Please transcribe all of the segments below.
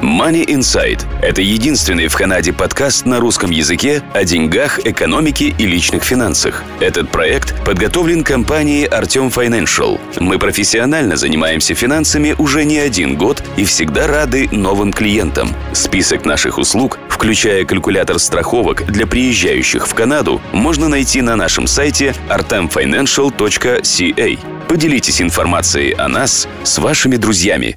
Money Inside – это единственный в Канаде подкаст на русском языке о деньгах, экономике и личных финансах. Этот проект подготовлен компанией Artem Financial. Мы профессионально занимаемся финансами уже не один год и всегда рады новым клиентам. Список наших услуг, включая калькулятор страховок для приезжающих в Канаду, можно найти на нашем сайте artemfinancial.ca. Поделитесь информацией о нас с вашими друзьями.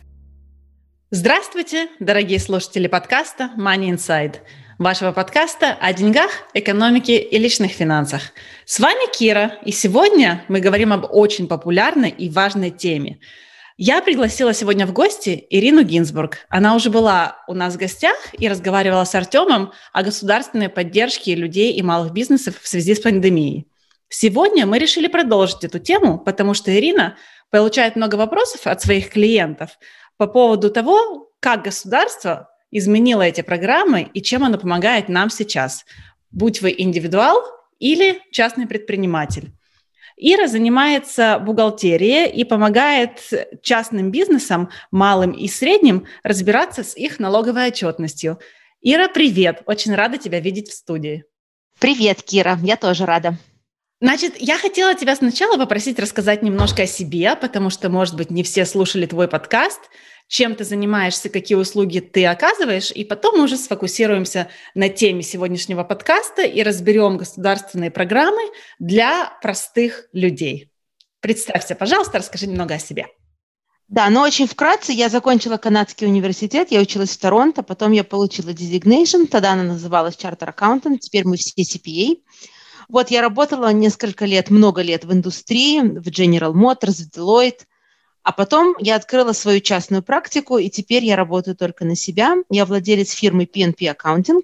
Здравствуйте, дорогие слушатели подкаста Money Inside, вашего подкаста о деньгах, экономике и личных финансах. С вами Кира, и сегодня мы говорим об очень популярной и важной теме. Я пригласила сегодня в гости Ирину Гинзбург. Она уже была у нас в гостях и разговаривала с Артемом о государственной поддержке людей и малых бизнесов в связи с пандемией. Сегодня мы решили продолжить эту тему, потому что Ирина получает много вопросов от своих клиентов по поводу того, как государство изменило эти программы и чем оно помогает нам сейчас, будь вы индивидуал или частный предприниматель. Ира занимается бухгалтерией и помогает частным бизнесам, малым и средним, разбираться с их налоговой отчетностью. Ира, привет! Очень рада тебя видеть в студии. Привет, Кира, я тоже рада. Значит, я хотела тебя сначала попросить рассказать немножко о себе, потому что, может быть, не все слушали твой подкаст, чем ты занимаешься, какие услуги ты оказываешь, и потом мы уже сфокусируемся на теме сегодняшнего подкаста и разберем государственные программы для простых людей. Представься, пожалуйста, расскажи немного о себе. Да, но очень вкратце. Я закончила канадский университет, я училась в Торонто, потом я получила designation, тогда она называлась Charter Accountant, теперь мы все CPA. Вот я работала много лет в индустрии, в General Motors, в Deloitte, а потом я открыла свою частную практику, и теперь я работаю только на себя. Я владелец фирмы PNP Accounting,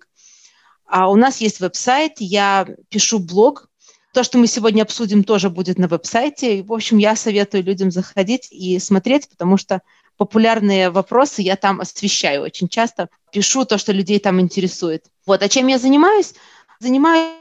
а у нас есть веб-сайт, я пишу блог. То, что мы сегодня обсудим, тоже будет на веб-сайте. И, в общем, я советую людям заходить и смотреть, потому что популярные вопросы я там освещаю очень часто. Пишу то, что людей там интересует. Вот, а чем я занимаюсь? Занимаюсь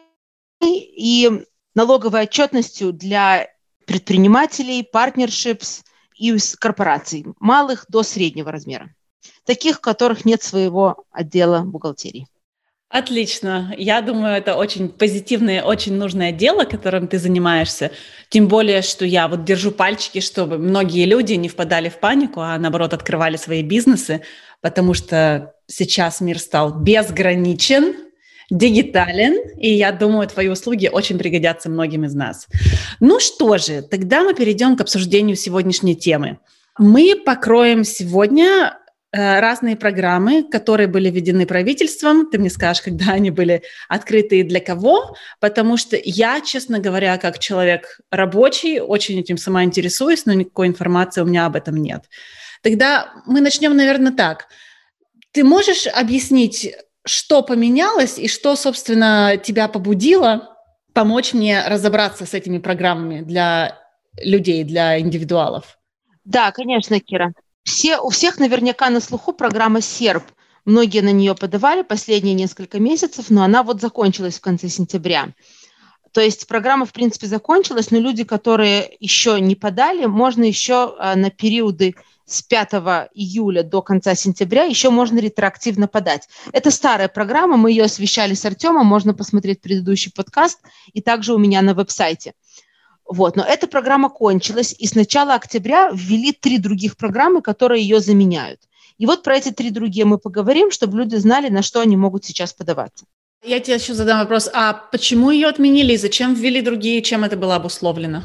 и налоговой отчетностью для предпринимателей, partnerships и корпораций, малых до среднего размера, таких, у которых нет своего отдела бухгалтерии. Отлично. Я думаю, это очень позитивное, очень нужное дело, которым ты занимаешься. Тем более, что я вот держу пальчики, чтобы многие люди не впадали в панику, а наоборот открывали свои бизнесы, потому что сейчас мир стал безграничен, дигитален, и я думаю, твои услуги очень пригодятся многим из нас. Ну что же, тогда мы перейдем к обсуждению сегодняшней темы. Мы покроем сегодня разные программы, которые были введены правительством. Ты мне скажешь, когда они были открыты и для кого, потому что я, честно говоря, как человек рабочий, очень этим сама интересуюсь, но никакой информации у меня об этом нет. Тогда мы начнем, наверное, так. Ты можешь объяснить, что поменялось и что, собственно, тебя побудило помочь мне разобраться с этими программами для людей, для индивидуалов? Да, конечно, Кира. У всех наверняка на слуху программа СЕРП. Многие на нее подавали последние несколько месяцев, но она вот закончилась в конце сентября. То есть программа, в принципе, закончилась, но люди, которые еще не подали, можно еще на периоды с 5 июля до конца сентября еще можно ретроактивно подать. Это старая программа, мы ее освещали с Артемом, можно посмотреть предыдущий подкаст и также у меня на веб-сайте. Вот. Но эта программа кончилась, и с начала октября ввели 3 других программы, которые ее заменяют. И вот про эти 3 другие мы поговорим, чтобы люди знали, на что они могут сейчас подаваться. Я тебе еще задам вопрос, а почему ее отменили и зачем ввели другие, чем это было обусловлено?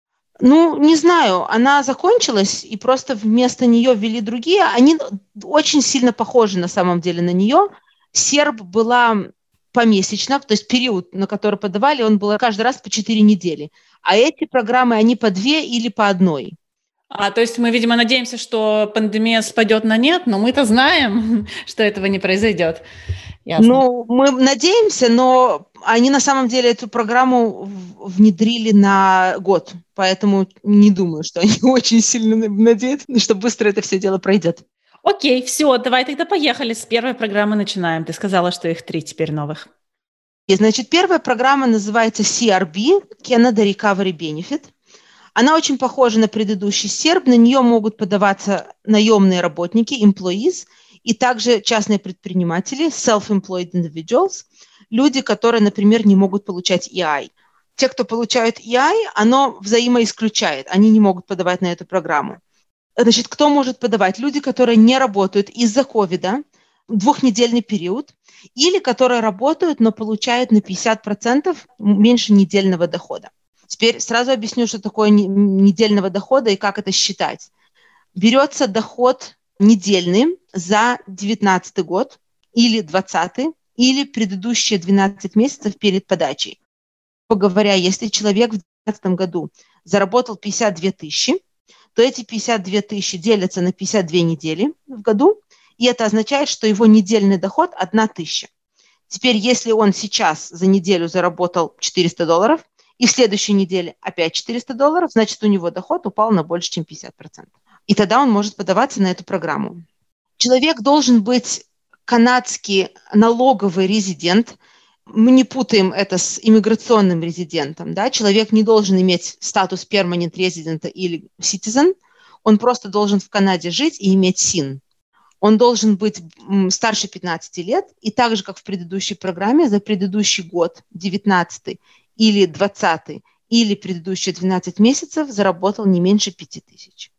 Ну, не знаю, она закончилась, и просто вместо нее ввели другие. Они очень сильно похожи на самом деле на нее. СЕРП была помесячно, то есть период, на который подавали, он был каждый раз по 4 недели. А эти программы, они по 2 или по 1. То есть мы, видимо, надеемся, что пандемия спадет на нет, но мы-то знаем, что этого не произойдет. Ясно. Ну, мы надеемся, но они на самом деле эту программу внедрили на год, поэтому не думаю, что они очень сильно надеются, что быстро это все дело пройдет. Окей, все, давай тогда поехали. С первой программы начинаем. Ты сказала, что их 3 теперь новых. И, значит, первая программа называется CRB, Canada Recovery Benefit. Она очень похожа на предыдущий СЕРП, на нее могут подаваться наемные работники, employees, и также частные предприниматели, self-employed individuals, люди, которые, например, не могут получать EI. Те, кто получают EI, оно взаимоисключает, они не могут подавать на эту программу. Значит, кто может подавать? Люди, которые не работают из-за ковида, двухнедельный период, или которые работают, но получают на 50% меньше недельного дохода. Теперь сразу объясню, что такое недельного дохода и как это считать. Берется доход недельный за 2019 год или 2020, или предыдущие 12 месяцев перед подачей. Говоря, если человек в 2019 году заработал 52 тысячи, то эти 52 тысячи делятся на 52 недели в году, и это означает, что его недельный доход 1 тысяча. Теперь, если он сейчас за неделю заработал $400, и в следующей неделе опять $400, значит, у него доход упал на больше, чем 50%. И тогда он может подаваться на эту программу. Человек должен быть канадский налоговый резидент. Мы не путаем это с иммиграционным резидентом. Да? Человек не должен иметь статус permanent resident или citizen. Он просто должен в Канаде жить и иметь SIN. Он должен быть старше 15 лет, и так же, как в предыдущей программе, за предыдущий год, 19 или 20, или предыдущие 12 месяцев заработал не меньше 5 тысяч.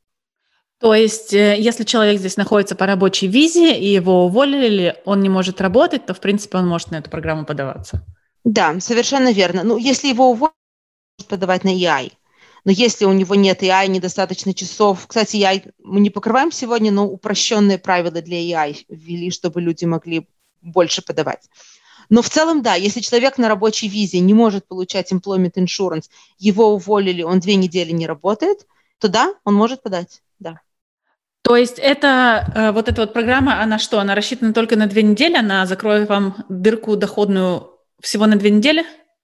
То есть, если человек здесь находится по рабочей визе, и его уволили, он не может работать, то, в принципе, он может на эту программу подаваться. Да, совершенно верно. Ну, если его уволили, он может подавать на EI. Но если у него нет EI, недостаточно часов... Кстати, EI мы не покрываем сегодня, но упрощенные правила для EI ввели, чтобы люди могли больше подавать. Но в целом, да, если человек на рабочей визе не может получать employment insurance, его уволили, он 2 недели не работает, то да, он может подать, да. То есть это вот эта вот программа, она что, она рассчитана только на 2 недели? Она закроет вам дырку доходную всего на 2 недели?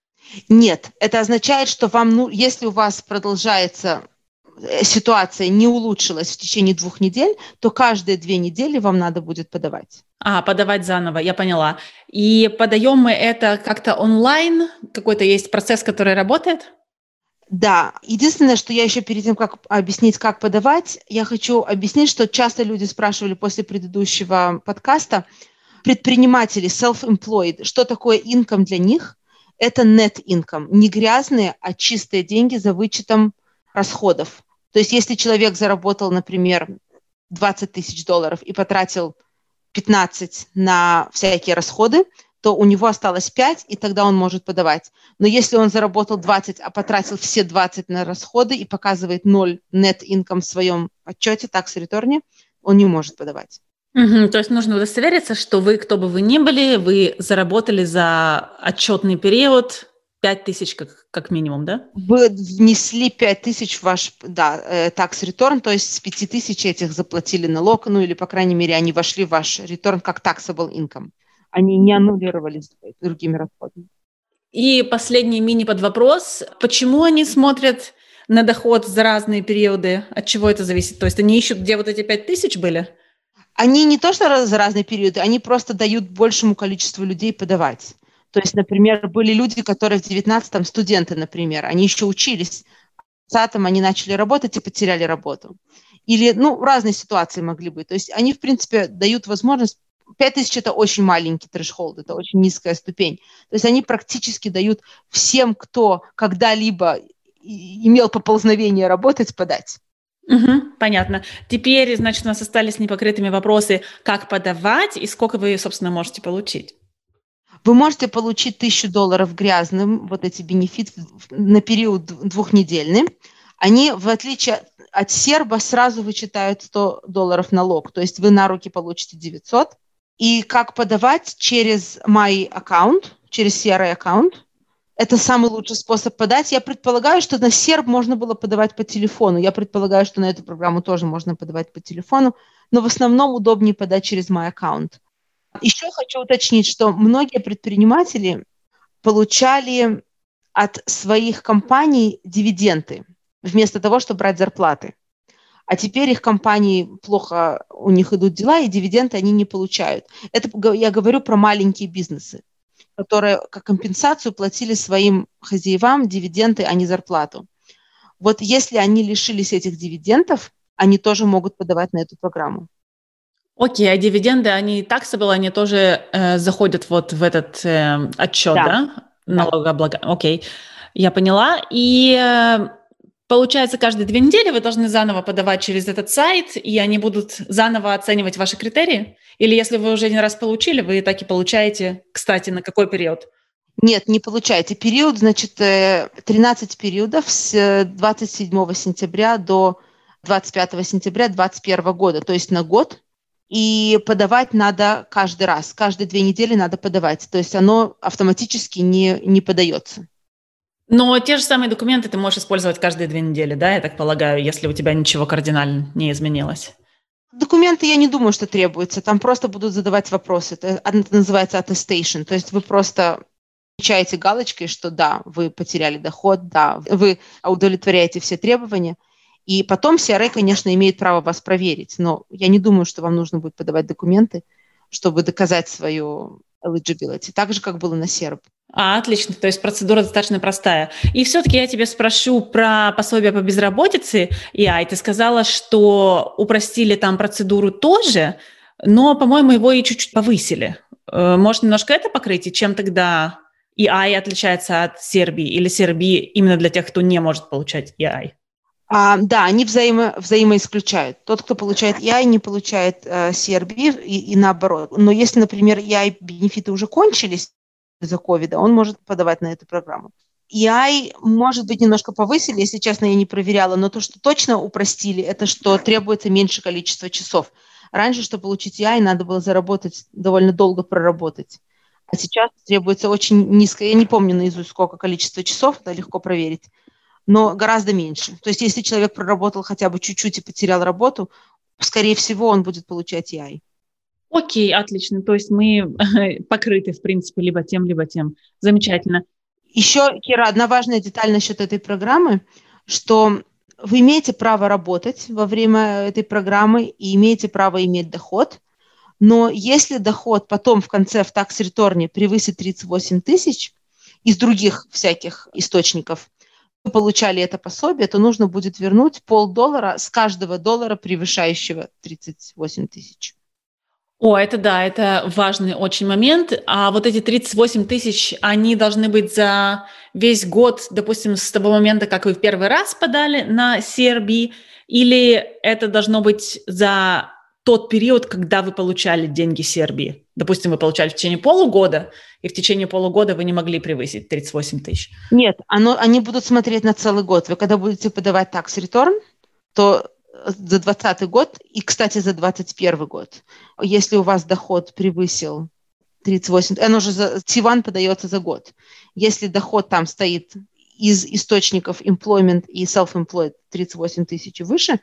Нет, это означает, что вам, если у вас продолжается ситуация не улучшилась в течение 2 недель, то каждые 2 недели вам надо будет подавать. Подавать заново, я поняла. И подаем мы это как-то онлайн? Какой-то есть процесс, который работает? Да. Единственное, что я еще перед тем, как объяснить, как подавать, я хочу объяснить, что часто люди спрашивали после предыдущего подкаста, предприниматели, self-employed, что такое income для них? Это net income, не грязные, а чистые деньги за вычетом расходов. То есть если человек заработал, например, $20 тысяч и потратил 15 на всякие расходы, то у него осталось 5, и тогда он может подавать. Но если он заработал 20, а потратил все 20 на расходы и показывает 0 net income в своем отчете, tax-реторне, он не может подавать. То есть нужно удостовериться, что вы, кто бы вы ни были, вы заработали за отчетный период 5 тысяч как минимум, да? Вы внесли 5 тысяч в ваш tax-return, то есть с 5 тысяч этих заплатили налог, или, по крайней мере, они вошли в ваш return как taxable income. Они не аннулировались другими расходами. И последний мини-подвопрос. Почему они смотрят на доход за разные периоды? От чего это зависит? То есть они ищут, где вот эти 5 тысяч были? Они не то что за разные периоды, они просто дают большему количеству людей подавать. То есть, например, были люди, которые в 19-м, студенты, например, они еще учились, в 20-м они начали работать и потеряли работу. Или, разные ситуации могли быть. То есть они, в принципе, дают возможность. 5 тысяч – это очень маленький трэш-холд, это очень низкая ступень. То есть они практически дают всем, кто когда-либо имел поползновение работать, подать. Понятно. Теперь, значит, у нас остались непокрытыми вопросы, как подавать и сколько вы, собственно, можете получить. Вы можете получить $1000 грязным, вот эти бенефиты, на период 2-недельный. Они, в отличие от серба, сразу вычитают $100 налог. То есть вы на руки получите 900. И как подавать? Через My Account, через CRA аккаунт. Это самый лучший способ подать. Я предполагаю, что на серб можно было подавать по телефону. Я предполагаю, что на эту программу тоже можно подавать по телефону. Но в основном удобнее подать через My Account. Еще хочу уточнить, что многие предприниматели получали от своих компаний дивиденды вместо того, чтобы брать зарплаты. А теперь их компании плохо, у них идут дела, и дивиденды они не получают. Это я говорю про маленькие бизнесы, которые как компенсацию платили своим хозяевам дивиденды, а не зарплату. Вот если они лишились этих дивидендов, они тоже могут подавать на эту программу. Окей, а дивиденды, они taxable, они тоже заходят вот в этот отчет, Да, да? да. Налогооблага. Окей, я поняла. И получается, каждые 2 недели вы должны заново подавать через этот сайт, и они будут заново оценивать ваши критерии? Или если вы уже один раз получили, вы так и получаете, кстати, на какой период? Нет, не получаете. Период, значит, 13 периодов с 27 сентября до 25 сентября 2021 года, то есть на год. И подавать надо каждый раз. Каждые 2 недели надо подавать. То есть оно автоматически не подается. Но те же самые документы ты можешь использовать каждые 2 недели, да, я так полагаю, если у тебя ничего кардинально не изменилось? Документы, я не думаю, что требуется. Там просто будут задавать вопросы. Это называется attestation. То есть вы просто отмечаете галочкой, что да, вы потеряли доход, да, вы удовлетворяете все требования. И потом CRA, конечно, имеет право вас проверить. Но я не думаю, что вам нужно будет подавать документы, чтобы доказать свою eligibility. Так же, как было на серб. Отлично, то есть процедура достаточно простая. И все-таки я тебя спрошу про пособие по безработице. Ты сказала, что упростили там процедуру тоже, но, по-моему, его и чуть-чуть повысили. Может, немножко это покрыть? И чем тогда отличается от Сербии? Или Сербии именно для тех, кто не может получать EI? Да, они взаимоисключают. Тот, кто получает EI, не получает Сербии и наоборот. Но если, например, EI-бенефиты уже кончились из-за ковида, он может подавать на эту программу. EI, может быть, немножко повысили, если честно, я не проверяла, но то, что точно упростили, это что требуется меньше количества часов. Раньше, чтобы получить EI, надо было заработать, довольно долго проработать. А сейчас требуется очень низкое, я не помню наизусть, сколько количество часов, это легко проверить, но гораздо меньше. То есть если человек проработал хотя бы чуть-чуть и потерял работу, скорее всего, он будет получать EI. Окей, отлично. То есть мы покрыты, в принципе, либо тем, либо тем. Замечательно. Еще, Кира, одна важная деталь насчет этой программы, что вы имеете право работать во время этой программы и имеете право иметь доход, но если доход потом в конце в tax-реторне превысит 38 тысяч из других всяких источников, вы получали это пособие, то нужно будет вернуть $0,50 с каждого доллара, превышающего 38 тысяч. Это да, это важный очень момент. А вот эти 38 тысяч, они должны быть за весь год, допустим, с того момента, как вы в первый раз подали на CRB, или это должно быть за тот период, когда вы получали деньги CRB? Допустим, вы получали в течение полугода, и в течение полугода вы не могли превысить 38 тысяч. Нет, они будут смотреть на целый год. Вы когда будете подавать tax return, то за 2020 год и, кстати, за 2021 год. Если у вас доход превысил 38, оно же T1 подается за год. Если доход там стоит из источников employment и self-employed 38 тысяч и выше,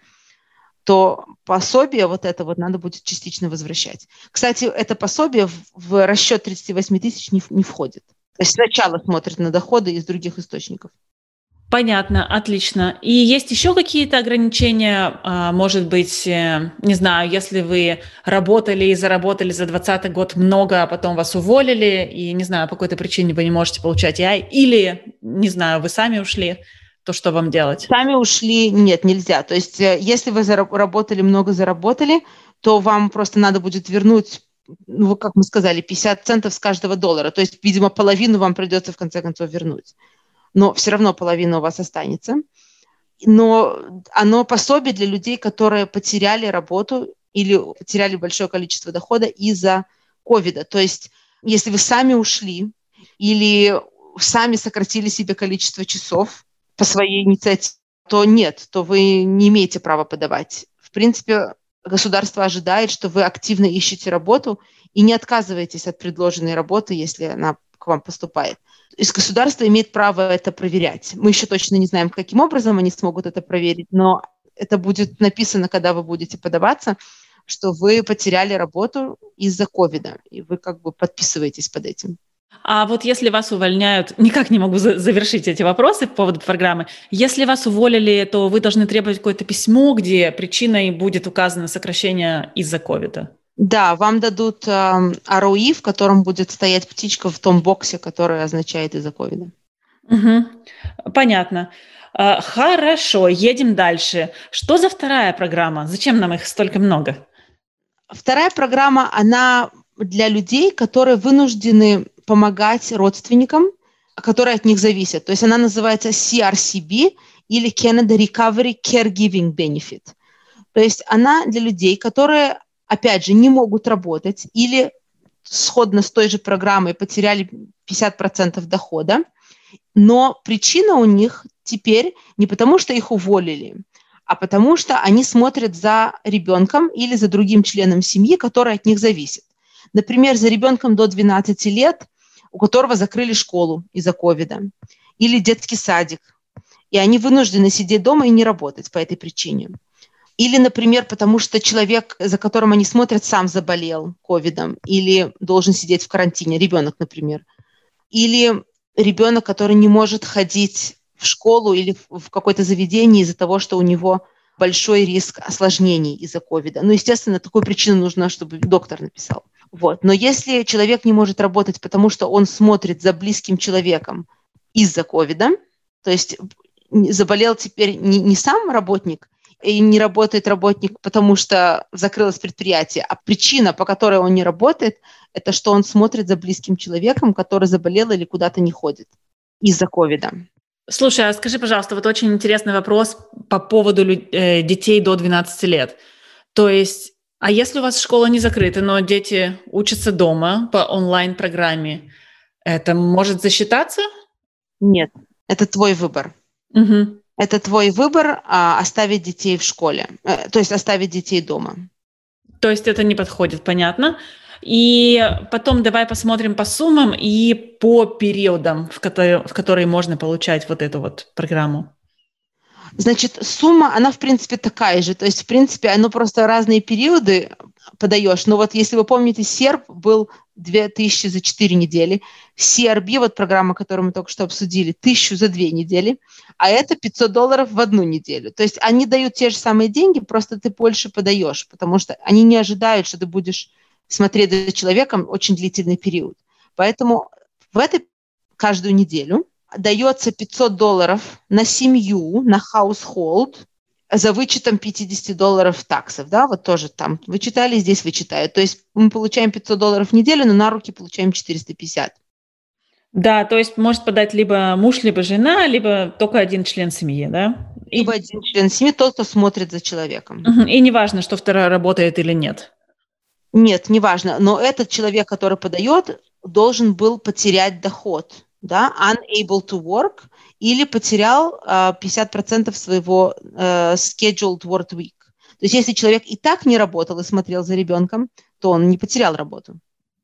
то пособие вот это вот надо будет частично возвращать. Кстати, это пособие в расчет 38 тысяч не входит. То есть сначала смотрят на доходы из других источников. Понятно, отлично. И есть еще какие-то ограничения? Может быть, не знаю, если вы работали и заработали за 2020 год много, а потом вас уволили, и, не знаю, по какой-то причине вы не можете получать EI, или, не знаю, вы сами ушли, то что вам делать? Сами ушли, нет, нельзя. То есть если вы много заработали, то вам просто надо будет вернуть, как мы сказали, 50 центов с каждого доллара. То есть, видимо, половину вам придется в конце концов вернуть. Но все равно половина у вас останется. Но оно пособие для людей, которые потеряли работу или потеряли большое количество дохода из-за ковида. То есть если вы сами ушли или сами сократили себе количество часов по своей инициативе, то нет, то вы не имеете права подавать. В принципе, государство ожидает, что вы активно ищете работу и не отказываетесь от предложенной работы, если она к вам поступает. То есть государство имеет право это проверять. Мы еще точно не знаем, каким образом они смогут это проверить, но это будет написано, когда вы будете подаваться, что вы потеряли работу из-за ковида, и вы как бы подписываетесь под этим. А вот если вас увольняют, никак не могу завершить эти вопросы по поводу программы. Если вас уволили, то вы должны требовать какое-то письмо, где причиной будет указано сокращение из-за ковида. Да, вам дадут ROE, в котором будет стоять птичка в том боксе, который означает из-за ковида. Угу. Понятно. Хорошо, едем дальше. Что за вторая программа? Зачем нам их столько много? Вторая программа, она для людей, которые вынуждены помогать родственникам, которые от них зависят. То есть она называется CRCB или Canada Recovery Caregiving Benefit. То есть она для людей, которые, опять же, не могут работать или сходно с той же программой потеряли 50% дохода, но причина у них теперь не потому, что их уволили, а потому что они смотрят за ребенком или за другим членом семьи, который от них зависит. Например, за ребенком до 12 лет, у которого закрыли школу из-за ковида, или детский садик, и они вынуждены сидеть дома и не работать по этой причине. Или, например, потому что человек, за которым они смотрят, сам заболел ковидом или должен сидеть в карантине, ребенок, например. Или ребенок, который не может ходить в школу или в какое-то заведение из-за того, что у него большой риск осложнений из-за ковида. Ну, естественно, такую причину нужно, чтобы доктор написал. Вот. Но если человек не может работать, потому что он смотрит за близким человеком из-за ковида, то есть заболел теперь не сам работник, и не работает работник, потому что закрылось предприятие, а причина, по которой он не работает, это что он смотрит за близким человеком, который заболел или куда-то не ходит из-за ковида. Слушай, а скажи, пожалуйста, вот очень интересный вопрос по поводу детей до 12 лет. То есть, а если у вас школа не закрыта, но дети учатся дома по онлайн-программе, это может засчитаться? Нет, это твой выбор. Угу. Это твой выбор оставить детей в школе, то есть оставить детей дома. То есть это не подходит, понятно. И потом давай посмотрим по суммам и по периодам, в которые можно получать вот эту вот программу. Значит, сумма, она в принципе такая же. То есть, в принципе, оно просто разные периоды подаешь. Но вот если вы помните, SERP был 2000 за 4 недели. CRB, вот программа, которую мы только что обсудили, 1000 за 2 недели. А это $500 в 1 неделю. То есть они дают те же самые деньги, просто ты больше подаешь, потому что они не ожидают, что ты будешь смотреть за человеком очень длительный период. Поэтому в этой каждую неделю дается $500 на семью, на household, за вычетом $50 таксов, да, вот тоже там вычитали, здесь вычитают. То есть мы получаем $500 в неделю, но на руки получаем 450. Да, то есть может подать либо муж, либо жена, либо только один член семьи, да? Либо один член семьи, тот, кто смотрит за человеком. И не важно, что второй работает или нет. Нет, не важно, но этот человек, который подает, должен был потерять доход, да, unable to work, или потерял 50% своего scheduled work week. То есть если человек и так не работал и смотрел за ребенком, то он не потерял работу.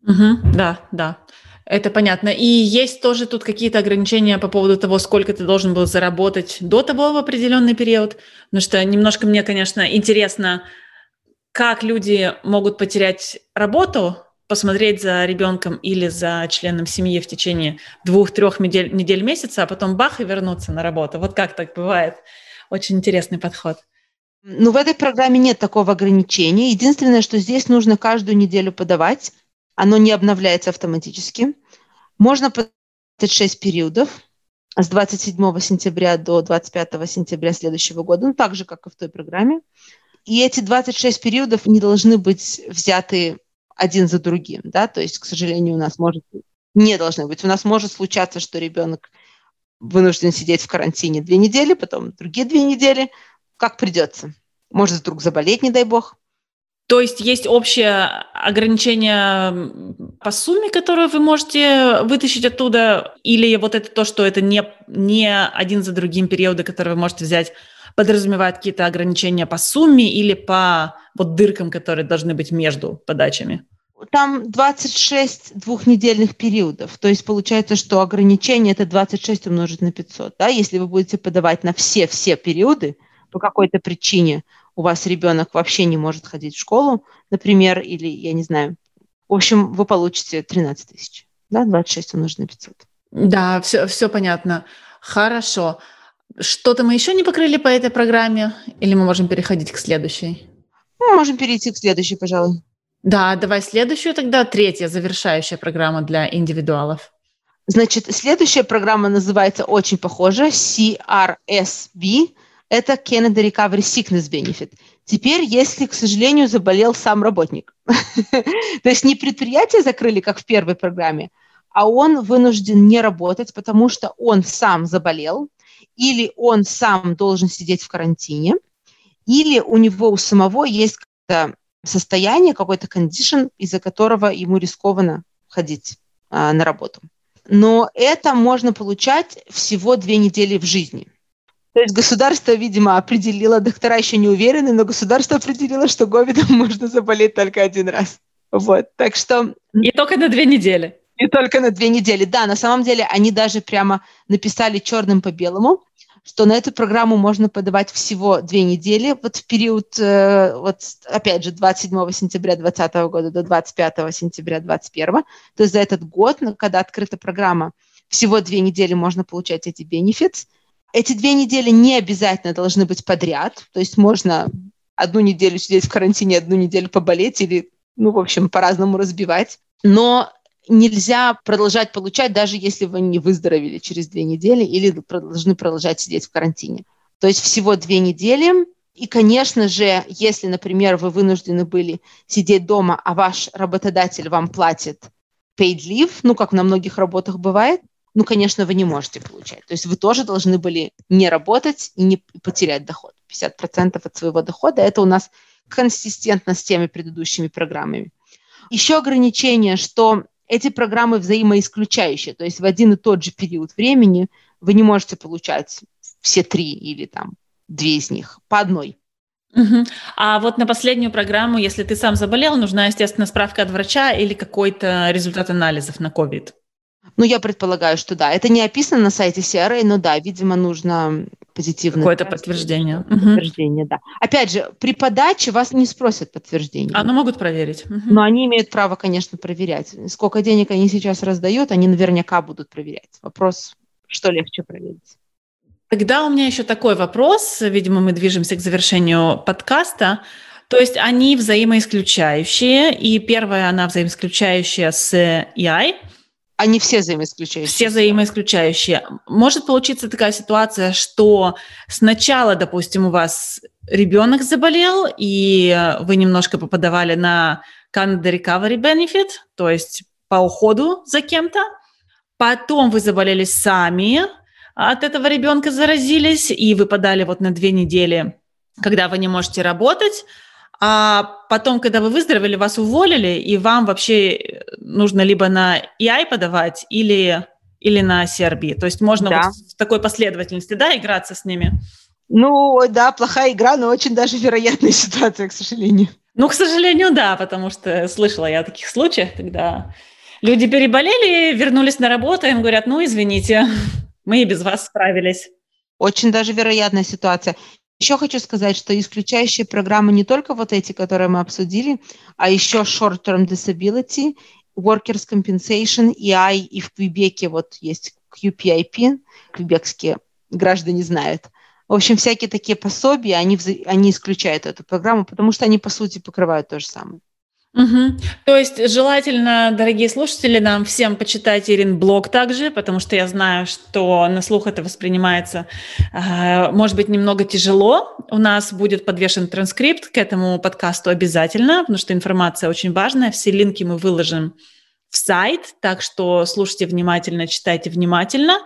Да, это понятно. И есть тоже тут какие-то ограничения по поводу того, сколько ты должен был заработать до того в определенный период? Потому что немножко мне, конечно, интересно, как люди могут потерять работу, посмотреть за ребенком или за членом семьи в течение 2-3 недель месяца, а потом бах и вернуться на работу. Вот как так бывает? Очень интересный подход. Ну, в этой программе нет такого ограничения. Единственное, что здесь нужно каждую неделю подавать. Оно не обновляется автоматически. Можно подать 6 периодов с 27 сентября до 25 сентября следующего года, ну, так же, как и в той программе. И эти 26 периодов не должны быть взяты один за другим, да, то есть, к сожалению, у нас не должны быть. У нас может случаться, что ребенок вынужден сидеть в карантине 2 недели, потом другие 2 недели, как придется. Может вдруг заболеть, не дай бог. То есть есть общее ограничение по сумме, которую вы можете вытащить оттуда, или вот это то, что это не один за другим периоды, которые вы можете взять, подразумевает какие-то ограничения по сумме или по вот дыркам, которые должны быть между подачами? Там 26 двухнедельных периодов. То есть получается, что ограничение – это 26 умножить на 500. Да? Если вы будете подавать на все периоды, по какой-то причине у вас ребенок вообще не может ходить в школу, например, или, я не знаю, в общем, вы получите 13 тысяч. Да? 26 умножить на 500. Да, все понятно. Хорошо. Что-то мы еще не покрыли по этой программе? Или мы можем переходить к следующей? Мы можем перейти к следующей, пожалуй. Да, давай следующую тогда, 3-я, завершающая программа для индивидуалов. Значит, следующая программа называется очень похоже, CRSB. Это Canada Recovery Sickness Benefit. Теперь, если, к сожалению, заболел сам работник, то есть не предприятие закрыли, как в первой программе, а он вынужден не работать, потому что он сам заболел, или он сам должен сидеть в карантине, или у него у самого есть какое-то состояние, какой-то кондишн, из-за которого ему рискованно ходить на работу. Но это можно получать всего 2 недели в жизни. То есть государство, видимо, определило, доктора еще не уверены, но государство определило, что ковидом можно заболеть только 1 раз. Вот, так что... И только на 2 недели. И только на 2 недели. Да, на самом деле они даже прямо написали черным по белому, что на эту программу можно подавать всего 2 недели, вот в период, вот опять же, 27 сентября 2020 года до 25 сентября 2021. То есть за этот год, когда открыта программа, всего 2 недели можно получать эти benefits. Эти 2 недели не обязательно должны быть подряд, то есть можно 1 неделю сидеть в карантине, 1 неделю поболеть или, ну, в общем, по-разному разбивать. Но нельзя продолжать получать, даже если вы не выздоровели через 2 недели или должны продолжать сидеть в карантине. То есть всего 2 недели. И, конечно же, если, например, вы вынуждены были сидеть дома, а ваш работодатель вам платит paid leave, ну, как на многих работах бывает, ну, конечно, вы не можете получать. То есть вы тоже должны были не работать и не потерять доход. 50% от своего дохода. Это у нас консистентно с теми предыдущими программами. Еще ограничение, что эти программы взаимоисключающие. То есть в один и тот же период времени вы не можете получать все 3 или там 2 из них по одной. Угу. А вот на последнюю программу, если ты сам заболел, нужна, естественно, справка от врача или какой-то результат анализов на COVID. Ну, я предполагаю, что да. Это не описано на сайте CRA, но да, видимо, нужно позитивное... Какое-то подтверждение. Подтверждение, да. Опять же, при подаче вас не спросят подтверждение. Ну могут проверить. Но они имеют право, конечно, проверять. Сколько денег они сейчас раздают, они наверняка будут проверять. Вопрос, что легче проверить. Тогда у меня еще такой вопрос. Видимо, мы движемся к завершению подкаста. То есть они взаимоисключающие, и первая, она взаимоисключающая с EI. Они все взаимоисключающие. Все взаимоисключающие. Может получиться такая ситуация, что сначала, допустим, у вас ребенок заболел, и вы немножко поподавали на Canada Recovery Benefit, то есть по уходу за кем-то. Потом вы заболели сами, от этого ребенка заразились, и вы подали вот на 2 недели, когда вы не можете работать. А потом, когда вы выздоровели, вас уволили, и вам вообще нужно либо на EI подавать, или на CRB. То есть можно вот в такой последовательности, да, играться с ними? Ну, да, плохая игра, но очень даже вероятная ситуация, к сожалению. Ну, к сожалению, да, потому что слышала я о таких случаях, когда люди переболели, вернулись на работу, им говорят, ну, извините, мы и без вас справились. Очень даже вероятная ситуация. Еще хочу сказать, что исключающие программы не только вот эти, которые мы обсудили, а еще Short-Term Disability, Workers' Compensation, EI, и в Квебеке вот есть QPIP, квебекские граждане знают. В общем, всякие такие пособия, они исключают эту программу, потому что они, по сути, покрывают то же самое. Угу. То есть желательно, дорогие слушатели, нам всем почитать Ирин блог также, потому что я знаю, что на слух это воспринимается, может быть, немного тяжело. У нас будет подвешен транскрипт к этому подкасту обязательно, потому что информация очень важная. Все линки мы выложим в сайт, так что слушайте внимательно, читайте внимательно.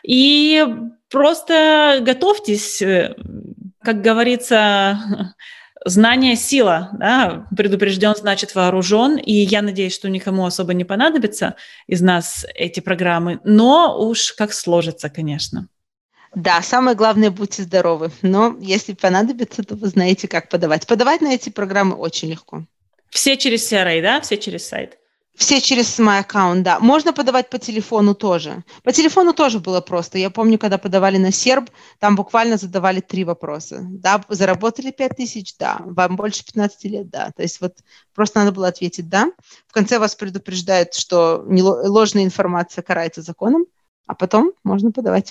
И просто готовьтесь, как говорится... Знание – сила, да? Предупрежден, значит вооружен, и я надеюсь, что никому особо не понадобится из нас эти программы, но уж как сложится, конечно. Да, самое главное – будьте здоровы, но если понадобится, то вы знаете, как подавать. Подавать на эти программы очень легко. Все через CRA, да? Все через сайт? Все через My Account, да. Можно подавать по телефону тоже. По телефону тоже было просто. Я помню, когда подавали на серб, там буквально задавали 3 вопроса. Да, заработали 5000? Да. Вам больше 15 лет? Да. То есть вот просто надо было ответить «да». В конце вас предупреждают, что ложная информация карается законом, а потом можно подавать.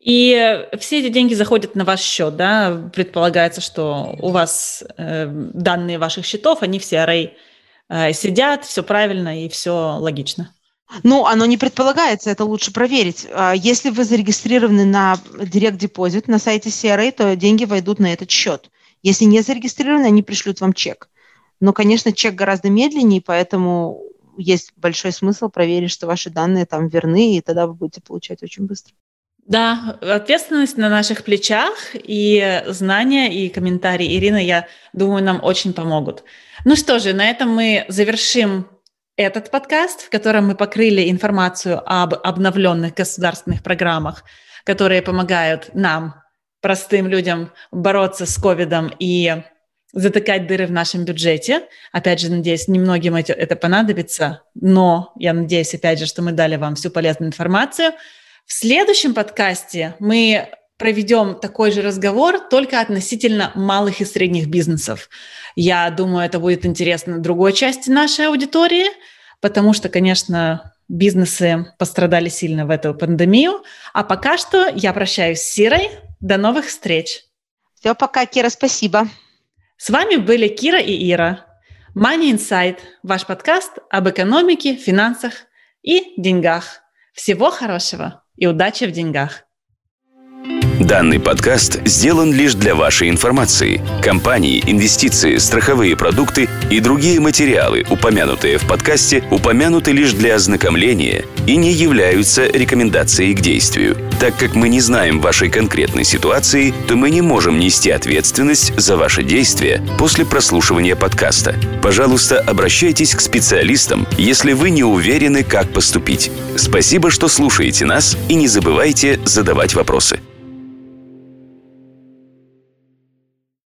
И все эти деньги заходят на ваш счет, да? Предполагается, что у вас данные ваших счетов, они в CRA сидят, все правильно и все логично. Ну, оно не предполагается, это лучше проверить. Если вы зарегистрированы на Direct Deposit на сайте CRA, то деньги войдут на этот счет. Если не зарегистрированы, они пришлют вам чек. Но, конечно, чек гораздо медленнее, поэтому есть большой смысл проверить, что ваши данные там верны, и тогда вы будете получать очень быстро. Да, ответственность на наших плечах, и знания, и комментарии Ирины, я думаю, нам очень помогут. Ну что же, на этом мы завершим этот подкаст, в котором мы покрыли информацию об обновленных государственных программах, которые помогают нам, простым людям, бороться с ковидом и затыкать дыры в нашем бюджете. Опять же, надеюсь, немногим это понадобится, но я надеюсь, опять же, что мы дали вам всю полезную информацию. В следующем подкасте мы проведем такой же разговор, только относительно малых и средних бизнесов. Я думаю, это будет интересно другой части нашей аудитории, потому что, конечно, бизнесы пострадали сильно в эту пандемию. А пока что я прощаюсь с Сирой. До новых встреч. Все, пока, Кира, спасибо. С вами были Кира и Ира. Money Insight, ваш подкаст об экономике, финансах и деньгах. Всего хорошего и удачи в деньгах. Данный подкаст сделан лишь для вашей информации. Компании, инвестиции, страховые продукты и другие материалы, упомянутые в подкасте, упомянуты лишь для ознакомления и не являются рекомендацией к действию. Так как мы не знаем вашей конкретной ситуации, то мы не можем нести ответственность за ваши действия после прослушивания подкаста. Пожалуйста, обращайтесь к специалистам, если вы не уверены, как поступить. Спасибо, что слушаете нас, и не забывайте задавать вопросы.